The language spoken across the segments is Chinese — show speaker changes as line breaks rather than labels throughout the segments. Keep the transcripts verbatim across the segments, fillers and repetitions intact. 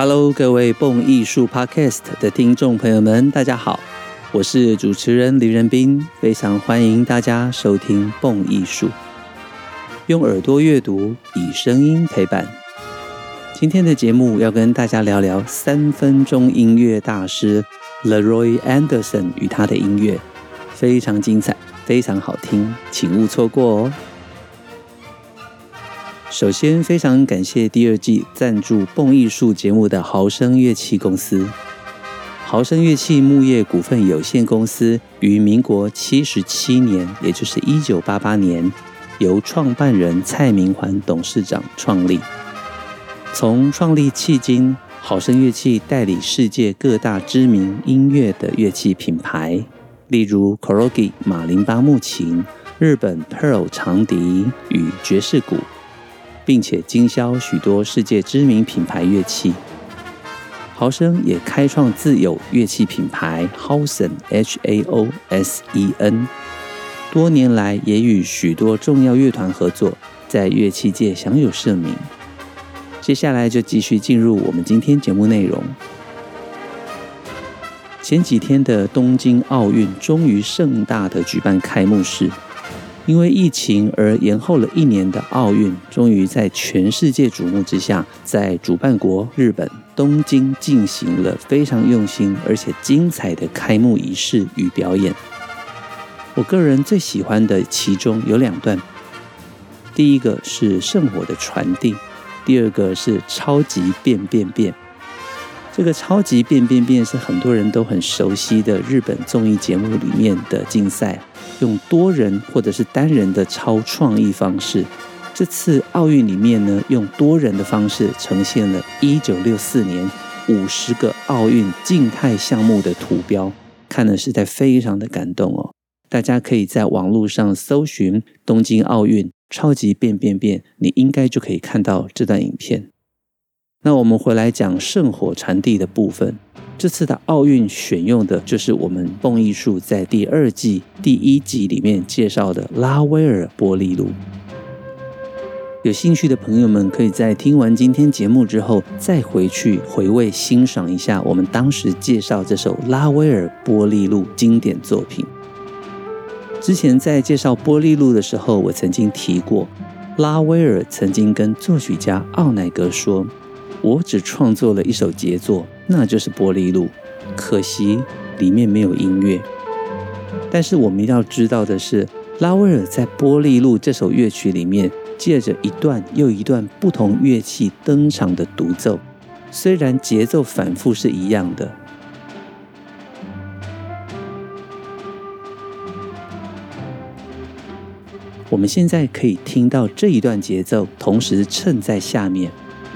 Hello， 各位蹦艺术 Podcast 的听众朋友们，大家好，我是主持人林仁斌，非常欢迎大家收听蹦艺术，用耳朵阅读，以声音陪伴。今天的节目要跟大家聊聊三分钟音乐大师 Leroy Anderson 与他的音乐，非常精彩，非常好听，请勿错过哦。首先非常感谢第二季赞助蹦艺术节目的豪声乐器公司。豪声乐器木业股份有限公司于民国七十七年，也就是一九八八年，由创办人蔡明环董事长创立。从创立迄今，豪声乐器代理世界各大知名音乐的乐器品牌，例如 Korogi 马林巴木琴、日本 Pearl 长笛与爵士鼓，并且经销许多世界知名品牌乐器。豪声也开创自有乐器品牌 Hausen H A O S E N， 多年来也与许多重要乐团合作，在乐器界享有盛名。接下来就继续进入我们今天节目内容。前几天的东京奥运终于盛大的举办开幕式，因为疫情而延后了一年的奥运，终于在全世界瞩目之下，在主办国日本东京进行了非常用心而且精彩的开幕仪式与表演。我个人最喜欢的其中有两段，第一个是圣火的传递，第二个是超级变变变。这个超级变变变是很多人都很熟悉的日本综艺节目里面的竞赛，用多人或者是单人的超创意方式。这次奥运里面呢，用多人的方式呈现了一九六四年五十个奥运静态项目的图标，看了实在非常的感动哦。大家可以在网络上搜寻东京奥运超级变变变，你应该就可以看到这段影片。那我们回来讲圣火传递的部分，这次的奥运选用的就是我们蹦艺术在第二季第一集里面介绍的拉威尔波利路。有兴趣的朋友们可以在听完今天节目之后，再回去回味欣赏一下我们当时介绍这首拉威尔波利路经典作品。之前在介绍波利路的时候，我曾经提过，拉威尔曾经跟作曲家奥乃格说，我只创作了一首杰作，那就是波利路，可惜里面没有音乐。但是我们要知道的是，拉威尔在波利路这首乐曲里面，借着一段又一段不同乐器登场的独奏，虽然节奏反复是一样的，我们现在可以听到这一段节奏同时衬在下面。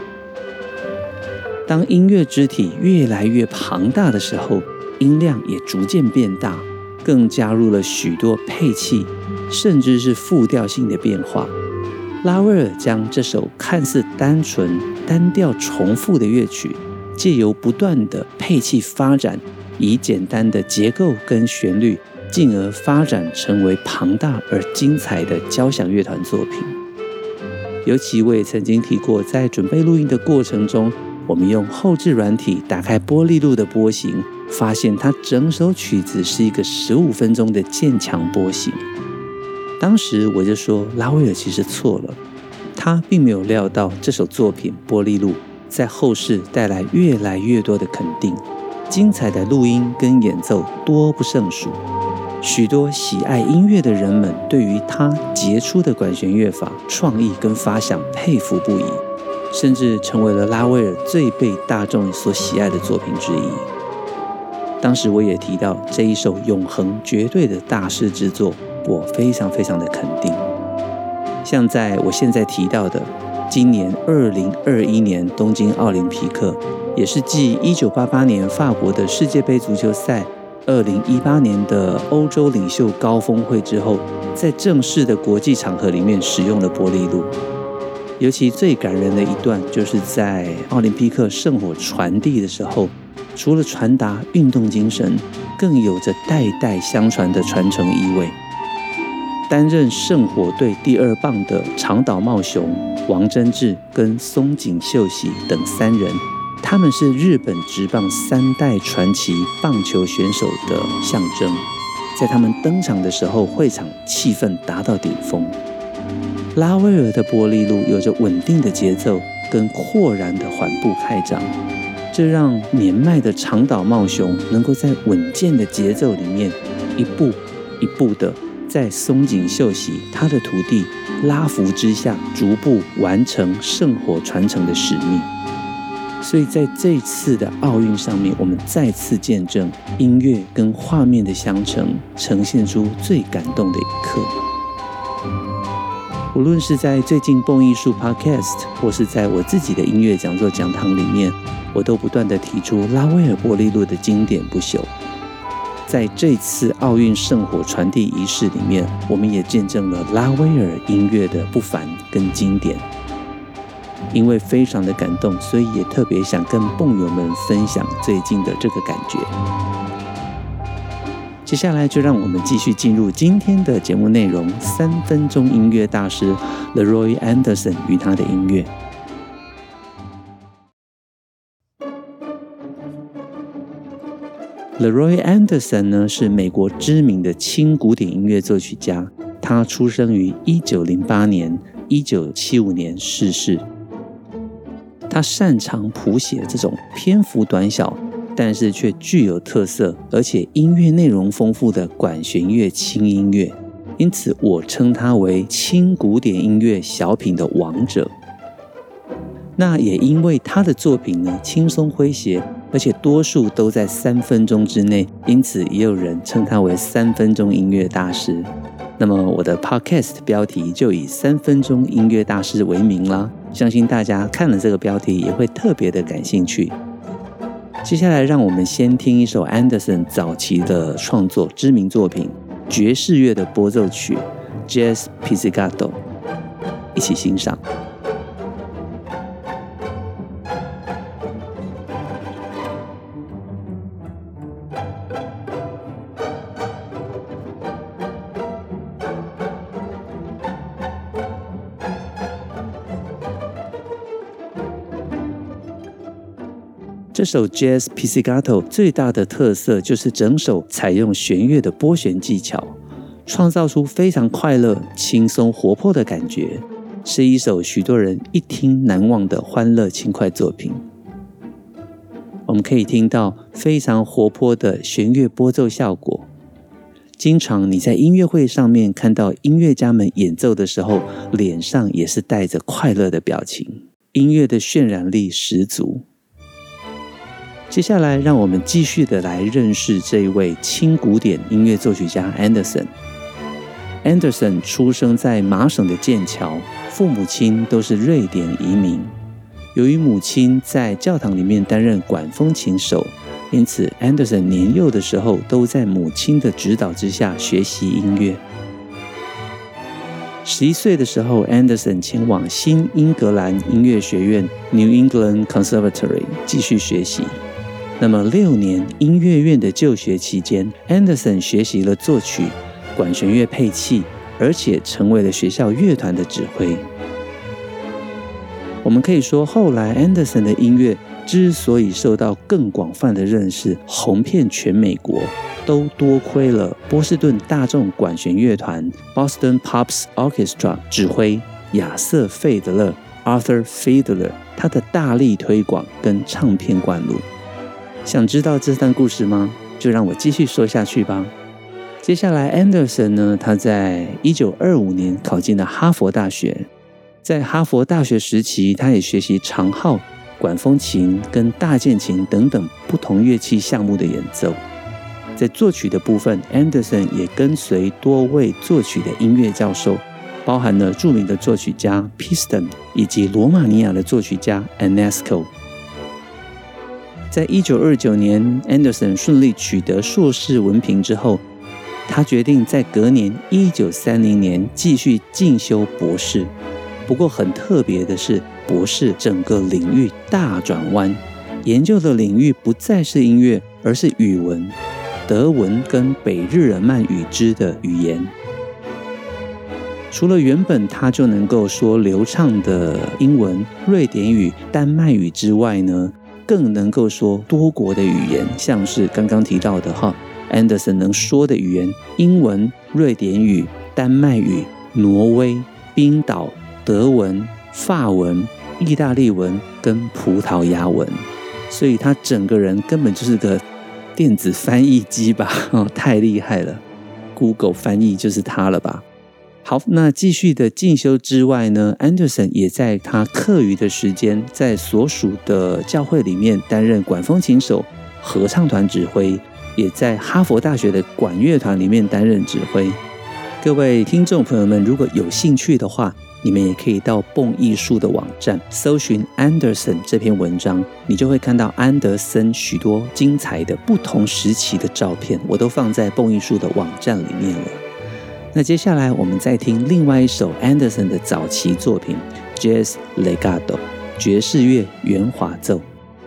当音乐肢体越来越庞大的时候，音量也逐渐变大，更加入了许多配器，甚至是复调性的变化。拉威尔将这首看似单纯、单调重复的乐曲，借由不断的配器发展，以简单的结构跟旋律，进而发展成为庞大而精彩的交响乐团作品。尤其我也曾经提过，在准备录音的过程中，我们用后置软体打开波利路的波形，发现它整首曲子是一个十五分钟的渐强波形。当时我就说，拉威尔其实错了，他并没有料到这首作品波利路在后世带来越来越多的肯定，精彩的录音跟演奏多不胜数。许多喜爱音乐的人们对于他杰出的管弦乐法、创意跟发想佩服不已，甚至成为了拉威尔最被大众所喜爱的作品之一。当时我也提到，这一首永恒绝对的大师之作，我非常非常的肯定。像在我现在提到的今年二零二一年东京奥林匹克，也是继一九八八年法国的世界杯足球赛、二零一八年的欧洲领袖高峰会之后，在正式的国际场合里面使用了波利路。尤其最感人的一段，就是在奥林匹克圣火传递的时候，除了传达运动精神，更有着代代相传的传承意味。担任圣火队第二棒的长岛茂雄、王贞治跟松井秀喜等三人， 他们是日本职棒三代传奇棒球选手的象征。在他们登场的时候，会场气氛达到顶峰。拉威尔的玻璃路有着稳定的节奏跟豁然的缓步开张，这让年迈的长岛茂雄能够在稳健的节奏里面一步一步的在松井秀喜他的徒弟拉福之下逐步完成圣火传承的使命。所以在这次的奥运上面，我们再次见证音乐跟画面的相乘，呈现出最感动的一刻。无论是在最近蹦艺术 Podcast， 或是在我自己的音乐讲座讲堂里面，我都不断的提出拉威尔玻璃路的经典不朽。在这次奥运圣火传递仪式里面，我们也见证了拉威尔音乐的不凡跟经典。因为非常的感动，所以也特别想跟蹦友们分享最近的这个感觉。接下来就让我们继续进入今天的节目内容，三分钟音乐大师 Leroy Anderson 与他的音乐。Leroy Anderson 呢是美国知名的轻古典音乐作曲家，他出生于一九零八年，一九七五年逝世。他擅长谱写这种篇幅短小，但是却具有特色，而且音乐内容丰富的管弦乐轻音乐，因此我称他为轻古典音乐小品的王者。那也因为他的作品呢轻松诙谐，而且多数都在三分钟之内，因此也有人称他为三分钟音乐大师。那么我的 podcast 标题就以三分钟音乐大师为名啦，相信大家看了这个标题也会特别的感兴趣。接下来让我们先听一首 Anderson 早期的创作知名作品爵士乐的拨奏曲 Jazz Pizzicato， 一起欣赏。这首 Jazz Pizzicato 最大的特色就是整首采用弦乐的拨弦技巧，创造出非常快乐、轻松、活泼的感觉，是一首许多人一听难忘的欢乐轻快作品。我们可以听到非常活泼的弦乐拨奏效果。经常你在音乐会上面看到音乐家们演奏的时候，脸上也是带着快乐的表情，音乐的渲染力十足。接下来让我们继续的来认识这一位轻古典音乐作曲家 Anderson。 Anderson 出生在麻省的剑桥，父母亲都是瑞典移民。由于母亲在教堂里面担任管风琴手，因此 Anderson 年幼的时候都在母亲的指导之下学习音乐。十一岁的时候 Anderson 前往新英格兰音乐学院 New England Conservatory 继续学习。那么六年音乐院的就学期间， Anderson 学习了作曲、管弦乐配器，而且成为了学校乐团的指挥。我们可以说，后来 Anderson 的音乐之所以受到更广泛的认识，红遍全美国，都多亏了波士顿大众管弦乐团 Boston Pops Orchestra 指挥亚瑟·费德勒 Arthur Fiedler 他的大力推广跟唱片灌录。想知道这段故事吗？就让我继续说下去吧。接下来 Anderson 呢，他在一九二五年考进了哈佛大学。在哈佛大学时期，他也学习长号、管风琴跟大键琴等等不同乐器项目的演奏。在作曲的部分， Anderson 也跟随多位作曲的音乐教授，包含了著名的作曲家 Piston 以及罗马尼亚的作曲家 Ionesco。在一九二九年 Anderson 顺利取得硕士文凭之后，他决定在隔年一九三零年继续进修博士。不过很特别的是，博士整个领域大转弯，研究的领域不再是音乐，而是语文，德文跟北日耳曼语支的语言。除了原本他就能够说流畅的英文、瑞典语、丹麦语之外呢， 更能够说多国的语言，像是刚刚提到的哈 Anderson 能说的语言，英文、瑞典语、丹麦语、挪威、冰岛、德文、法文、意大利文跟葡萄牙文，所以他整个人根本就是个电子翻译机吧、哦、太厉害了， Google 翻译就是他了吧。好，那继续的进修之外呢， Anderson 也在他课余的时间在所属的教会里面担任管风琴手、合唱团指挥，也在哈佛大学的管乐团里面担任指挥。各位听众朋友们，如果有兴趣的话，你们也可以到蹦艺术的网站搜寻 Anderson 这篇文章，你就会看到安德森许多精彩的不同时期的照片，我都放在蹦艺术的网站里面了。那接下来我们再听另外一首 Anderson 的早期作品 Jazz Legato 爵士乐圆滑奏。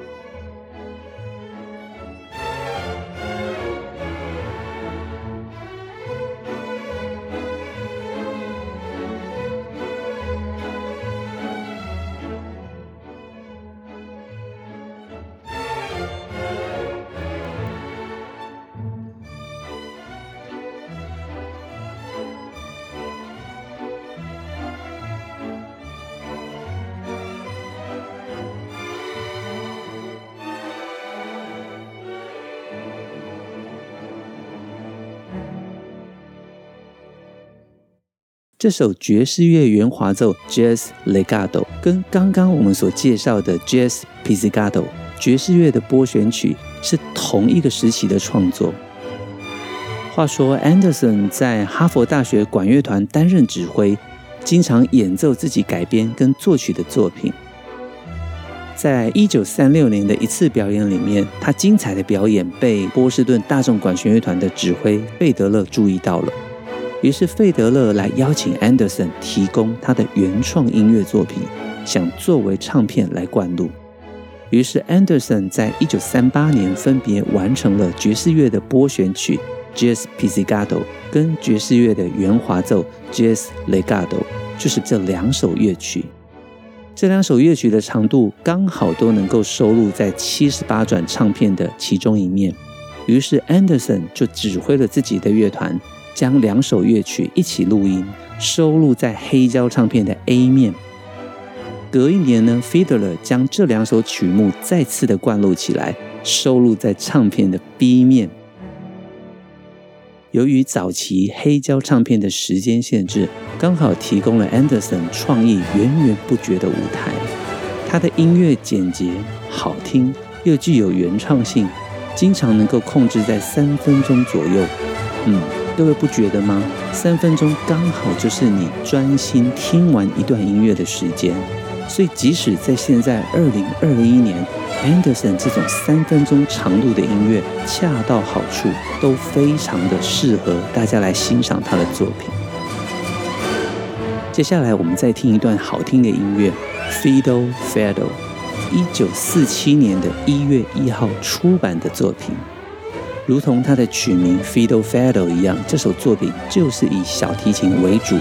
这首爵士乐圆滑奏 Jazz Legato 跟刚刚我们所介绍的 Jazz Pizzicato 爵士乐的拨弦曲是同一个时期的创作。话说 Anderson 在哈佛大学管乐团担任指挥，经常演奏自己改编跟作曲的作品。在一九三六年的一次表演里面，他精彩的表演被波士顿大众管弦乐团的指挥费德勒注意到了。于是费德勒来邀请 Anderson 提供他的原创音乐作品，想作为唱片来灌录。于是 Anderson 在一九三八年分别完成了爵士乐的拨弦曲 Jazz Pizzicato 跟爵士乐的圆滑奏 Jazz Legato， 就是这两首乐曲。这两首乐曲的长度刚好都能够收录在七十八转唱片的其中一面。于是 Anderson 就指挥了自己的乐团，将两首乐曲一起录音，收录在黑胶唱片的 A 面。隔一年呢 Fiedler 将这两首曲目再次的灌录起来，收录在唱片的 B 面。由于早期黑胶唱片的时间限制，刚好提供了 Anderson 创意源源不绝的舞台。他的音乐简洁、好听，又具有原创性，经常能够控制在三分钟左右。嗯，各位不觉得吗？三分钟刚好就是你专心听完一段音乐的时间。所以即使在现在二零二一年 Anderson 这种三分钟长度的音乐恰到好处，都非常的适合大家来欣赏他的作品。接下来我们再听一段好听的音乐 Fido Fado 一九四七年的一月一号出版的作品。如同它的曲名 Fido Fado 一样，这首作品就是以小提琴为主。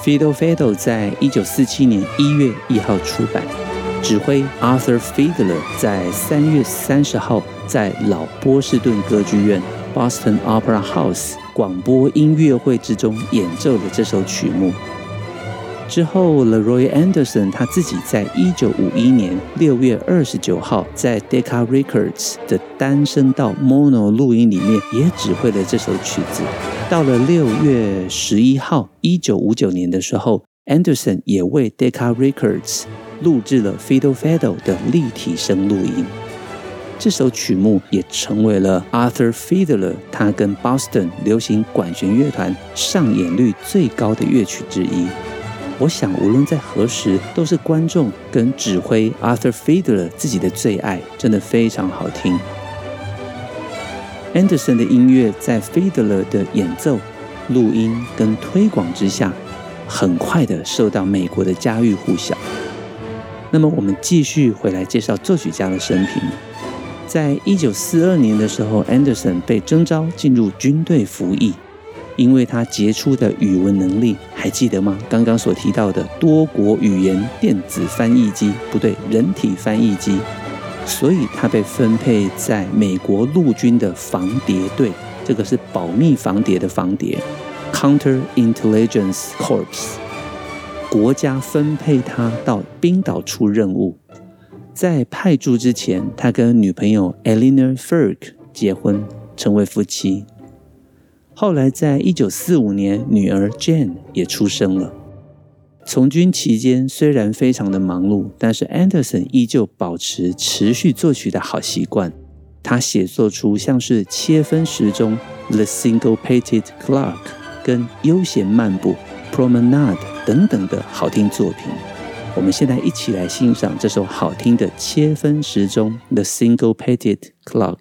Fiddle Faddle 在一九四七年一月一号出版，指挥 Arthur Fiedler 在三月三十号在老波士顿歌剧院 Boston Opera House 广播音乐会之中演奏了这首曲目。之后 Leroy Anderson 他自己在一九五一年六月二十九号在 Decca Records 的单声道 Mono 录音里面也指挥了这首曲子。到了六月十一号一九五九年的时候， Anderson 也为 Decca Records 录制了 Fiddle Faddle 的立体声录音。这首曲目也成为了 Arthur Fiedler 他跟 Boston 流行管弦乐团上演率最高的乐曲之一。我想无论在何时都是观众跟指挥 Arthur Fiedler 自己的最爱，真的非常好听。Anderson 的音乐在 Fiedler 的演奏、录音跟推广之下，很快的受到美国的家喻户晓。那么我们继续回来介绍作曲家的生平。在一九四二年的时候， Anderson 被征召进入军队服役。因为他杰出的语文能力，还记得吗？刚刚所提到的多国语言电子翻译机，不对，人体翻译机，所以他被分配在美国陆军的防谍队，这个是保密防谍的防谍 Counter Intelligence Corps。 国家分配他到冰岛出任务。在派驻之前，他跟女朋友 Eleanor Ferg 结婚，成为夫妻。后来在一九四五年，女儿 Jane 也出生了。从军期间虽然非常的忙碌，但是 Anderson 依旧保持持续作曲的好习惯。他写作出像是切分时钟 The Syncopated Clock 跟悠闲漫步 Promenade 等等的好听作品。我们现在一起来欣赏这首好听的切分时钟 The Syncopated Clock。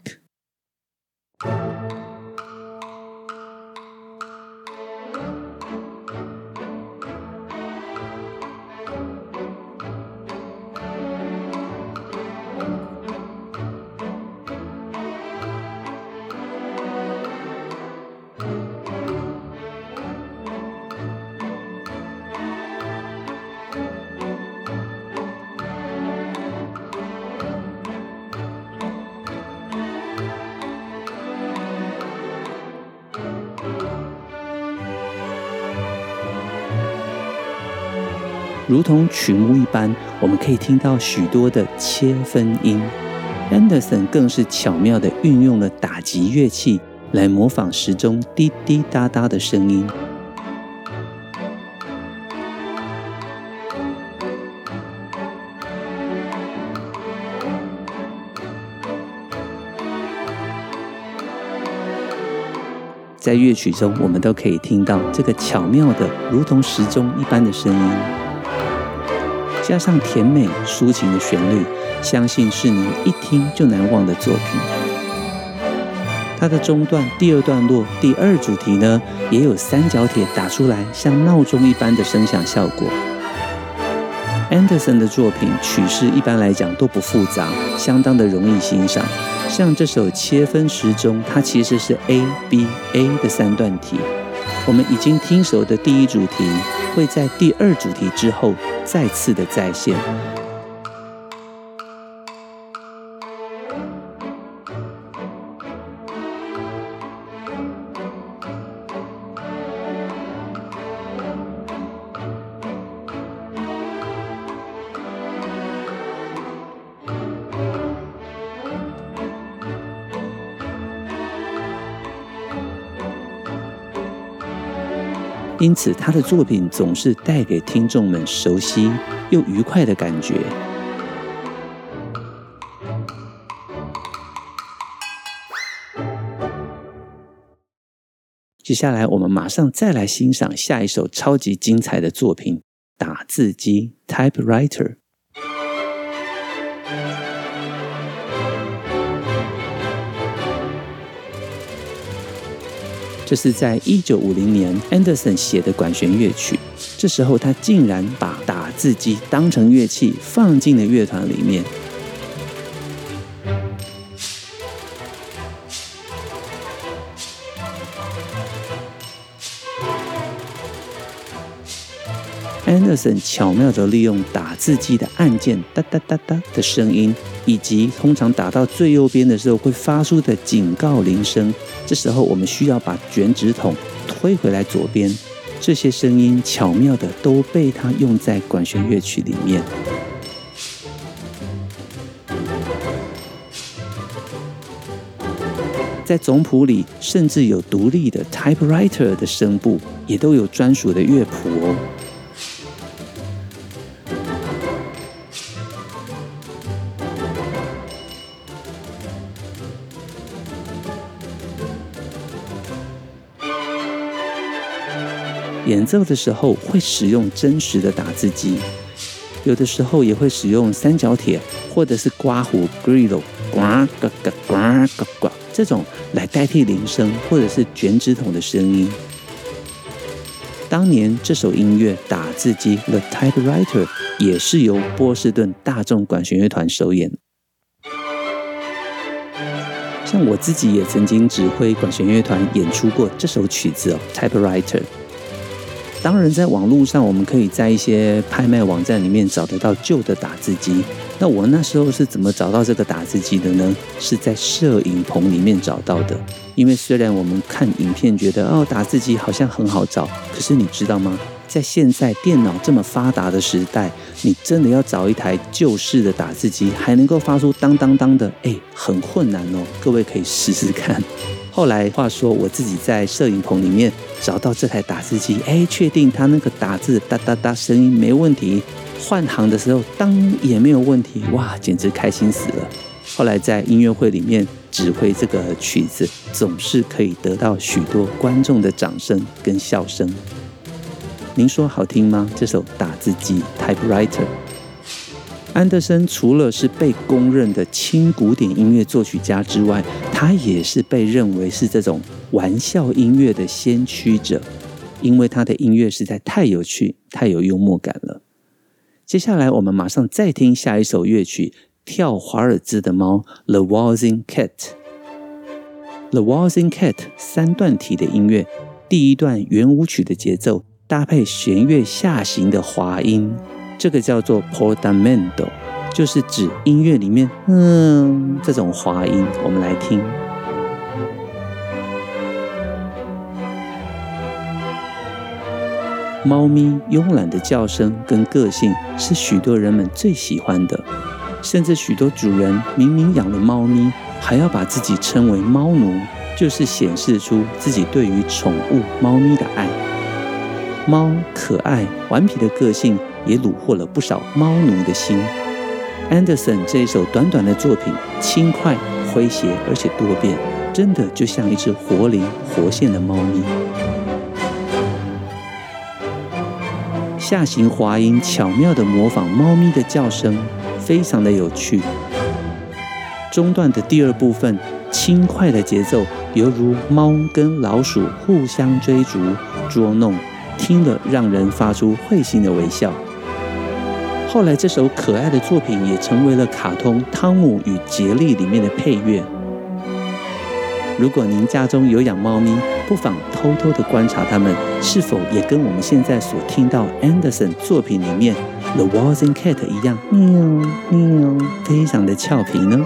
如同曲目一般，我们可以听到许多的切分音。Anderson 更是巧妙地运用了打击乐器来模仿时钟滴滴答答的声音。在乐曲中，我们都可以听到这个巧妙的如同时钟一般的声音，加上甜美抒情的旋律，相信是您一听就难忘的作品。它的中段第二段落第二主题呢，也有三角铁打出来像闹钟一般的声响效果。Anderson 的作品曲式一般来讲都不复杂，相当的容易欣赏。像这首切分时钟，它其实是 A B A 的三段体。我们已经听熟的第一主题会在第二主题之后再次的再现。因此他的作品总是带给听众们熟悉又愉快的感觉。接下来我们马上再来欣赏下一首超级精彩的作品，打字机 Typewriter。这是在一九五零年 Anderson 写的管弦乐曲，这时候他竟然把打字机当成乐器放进了乐团里面。 Anderson 巧妙地利用打字机的按键哒哒哒哒的声音，以及通常打到最右边的时候会发出的警告铃声，这时候我们需要把卷纸筒推回来左边，这些声音巧妙地都被他用在管弦乐曲里面。在总谱里甚至有独立的 typewriter 的声部，也都有专属的乐谱哦。演奏的时候会使用真实的打字机，有的时候也会使用三角铁或者是刮胡 griddle 呱呱呱呱呱呱这种来代替铃声或者是卷纸筒的声音。当年这首音乐打字机 The Typewriter 也是由波士顿大众管弦乐团首演。像我自己也曾经指挥管弦乐团演出过这首曲子哦 Typewriter。当然在网络上我们可以在一些拍卖网站里面找得到旧的打字机，那我那时候是怎么找到这个打字机的呢？是在摄影棚里面找到的。因为虽然我们看影片觉得哦打字机好像很好找，可是你知道吗？在现在电脑这么发达的时代，你真的要找一台旧式的打字机还能够发出当当当的，哎，很困难哦。各位可以试试看。后来话说我自己在摄影棚里面找到这台打字机，哎，确定它那个打字哒哒哒声音没问题，换行的时候当也没有问题，哇，简直开心死了。后来在音乐会里面指挥这个曲子，总是可以得到许多观众的掌声跟笑声。您说好听吗？这首打字机 Typewriter。安德森除了是被公认的轻古典音乐作曲家之外，他也是被认为是这种玩笑音乐的先驱者，因为他的音乐实在太有趣、太有幽默感了。接下来我们马上再听下一首乐曲，跳华尔兹的猫 The Waltzing Cat。The Waltzing Cat 三段体的音乐，第一段圆舞曲的节奏搭配弦乐下行的滑音，这个叫做 portamento， 就是指音乐里面嗯这种滑音。我们来听。猫咪慵懒的叫声跟个性是许多人们最喜欢的，甚至许多主人明明养了猫咪，还要把自己称为猫奴，就是显示出自己对于宠物猫咪的爱。猫可爱顽皮的个性也虏获了不少猫奴的心。Anderson 这一首短短的作品，轻快诙谐而且多变，真的就像一只活灵活现的猫咪。下行滑音巧妙地模仿猫咪的叫声，非常的有趣。中段的第二部分，轻快的节奏犹如猫跟老鼠互相追逐捉弄，听了让人发出会心的微笑。后来这首可爱的作品也成为了卡通《汤姆与杰利》里面的配乐。如果您家中有养猫咪，不妨偷偷的观察它们是否也跟我们现在所听到 Anderson 作品里面 The Waltzing Cat 一样，喵喵，非常的俏皮呢。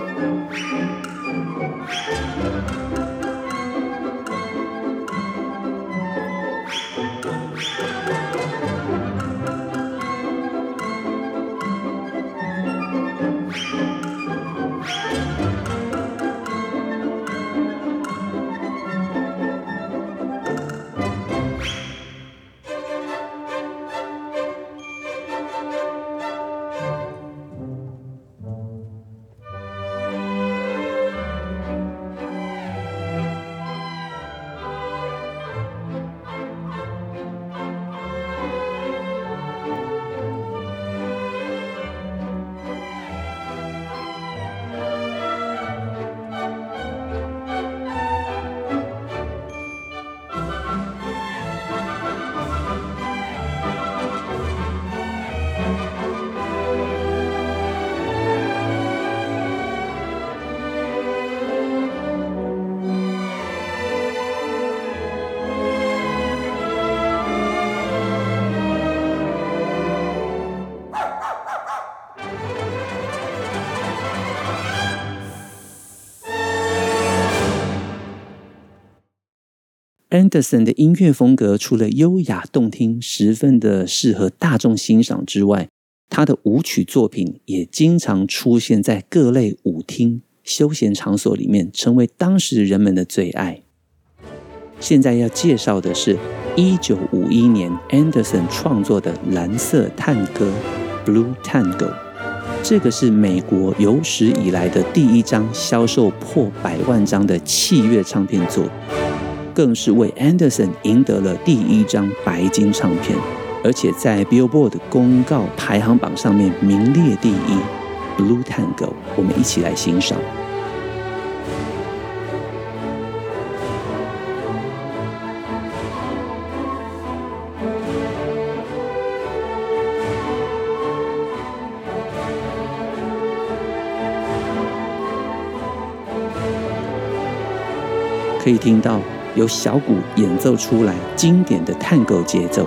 Anderson 的音乐风格除了优雅动听，十分的适合大众欣赏之外，他的舞曲作品也经常出现在各类舞厅、休闲场所里面，成为当时人们的最爱。现在要介绍的是一九五一年 Anderson 创作的蓝色探戈 Blue Tango， 这个是美国有史以来的第一张销售破百万张的器乐唱片作品，更是为 Anderson 赢得了第一张白金唱片，而且在 Billboard 公告排行榜上面名列第一。 Blue Tango， 我们一起来欣赏。可以听到由小鼓演奏出来经典的探戈节奏。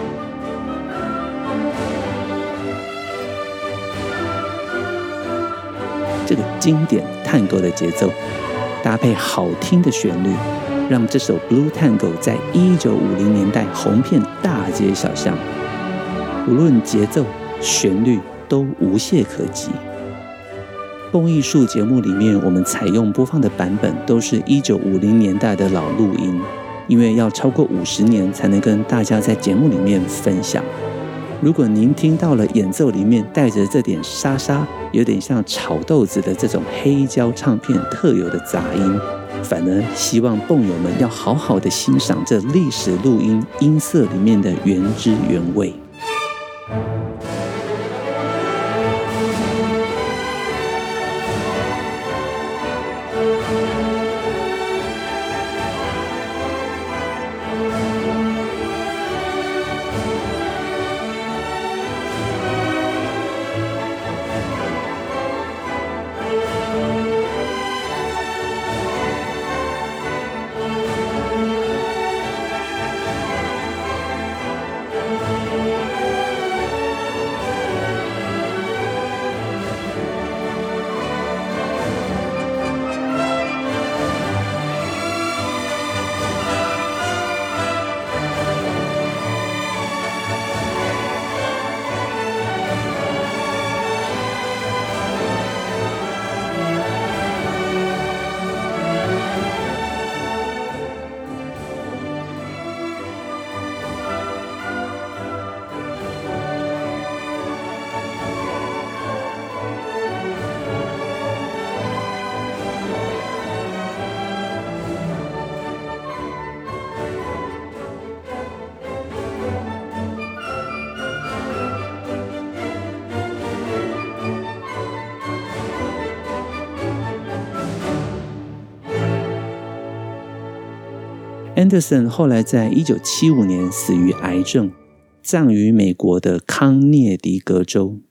这个经典探戈的节奏搭配好听的旋律，让这首 Blue Tango 在一九五零年代红遍大街小巷，无论节奏、旋律都无懈可击。动艺术节目里面，我们采用播放的版本都是一九五零年代的老录音，因为要超过五十年才能跟大家在节目里面分享。如果您听到了演奏里面带着这点沙沙，有点像炒豆子的这种黑胶唱片特有的杂音，反而希望蹦友们要好好的欣赏这历史录音音色里面的原汁原味。Anderson 后来在一九七五年死于癌症，葬于美国的康涅狄格州。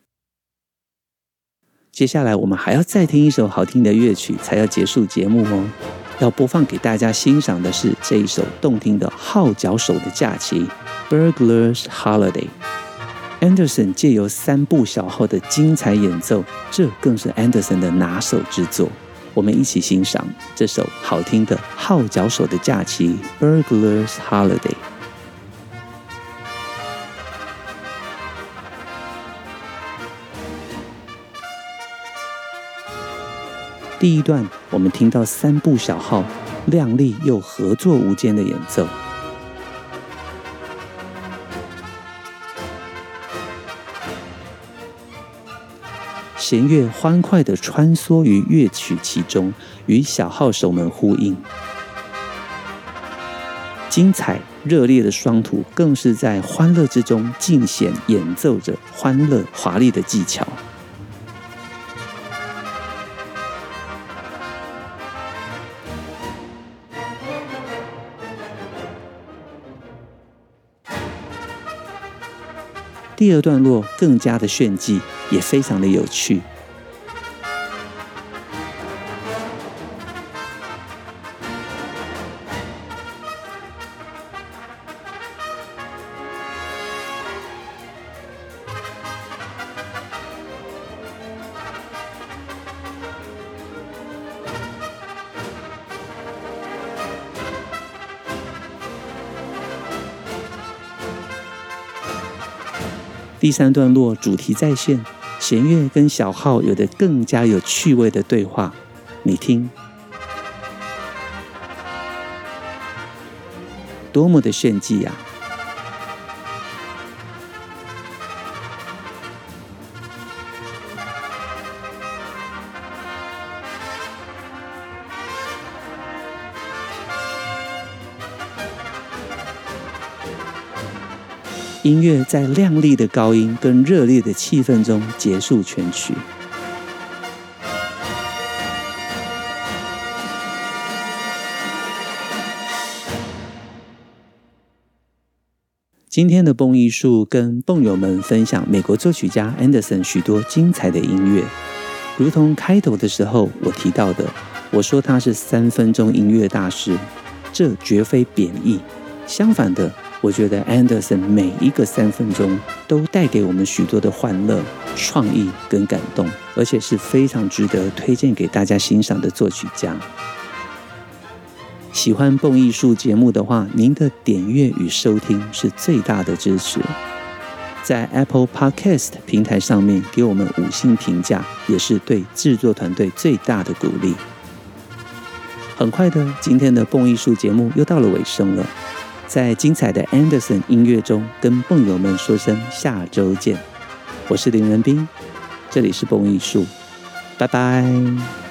接下来我们还要再听一首好听的乐曲才要结束节目哦。要播放给大家欣赏的是这一首动听的号角手的假期 Burglar's Holiday。 Anderson 借由三部小号的精彩演奏，这更是 Anderson 的拿手之作。我们一起欣赏这首好听的号角手的假期 Burglar's Holiday。 第一段我们听到三部小号亮丽又合作无间的演奏，弦乐欢快地穿梭于乐曲其中，与小号手们呼应。精彩热烈的双图更是在欢乐之中尽显演奏着欢乐华丽的技巧。第二段落更加的炫技，也非常的有趣。 第三段落主题再现，弦乐跟小号有着更加有趣味的对话，你听，多么的炫技啊！音乐在亮丽的高音跟热烈的气氛中结束全曲。今天的蹦艺术跟蹦友们分享美国作曲家 Anderson 许多精彩的音乐，如同开头的时候我提到的，我说他是三分钟音乐大师，这绝非贬义，相反的，我觉得 Anderson 每一个三分钟都带给我们许多的欢乐、创意跟感动，而且是非常值得推荐给大家欣赏的作曲家。喜欢蹦艺术节目的话，您的点阅与收听是最大的支持。在 Apple Podcast 平台上面给我们五星评价，也是对制作团队最大的鼓励。很快的，今天的蹦艺术节目又到了尾声了。在精彩的 Anderson 音乐中，跟蹦友们说声下周见。我是林仁斌，这里是蹦艺术，拜拜。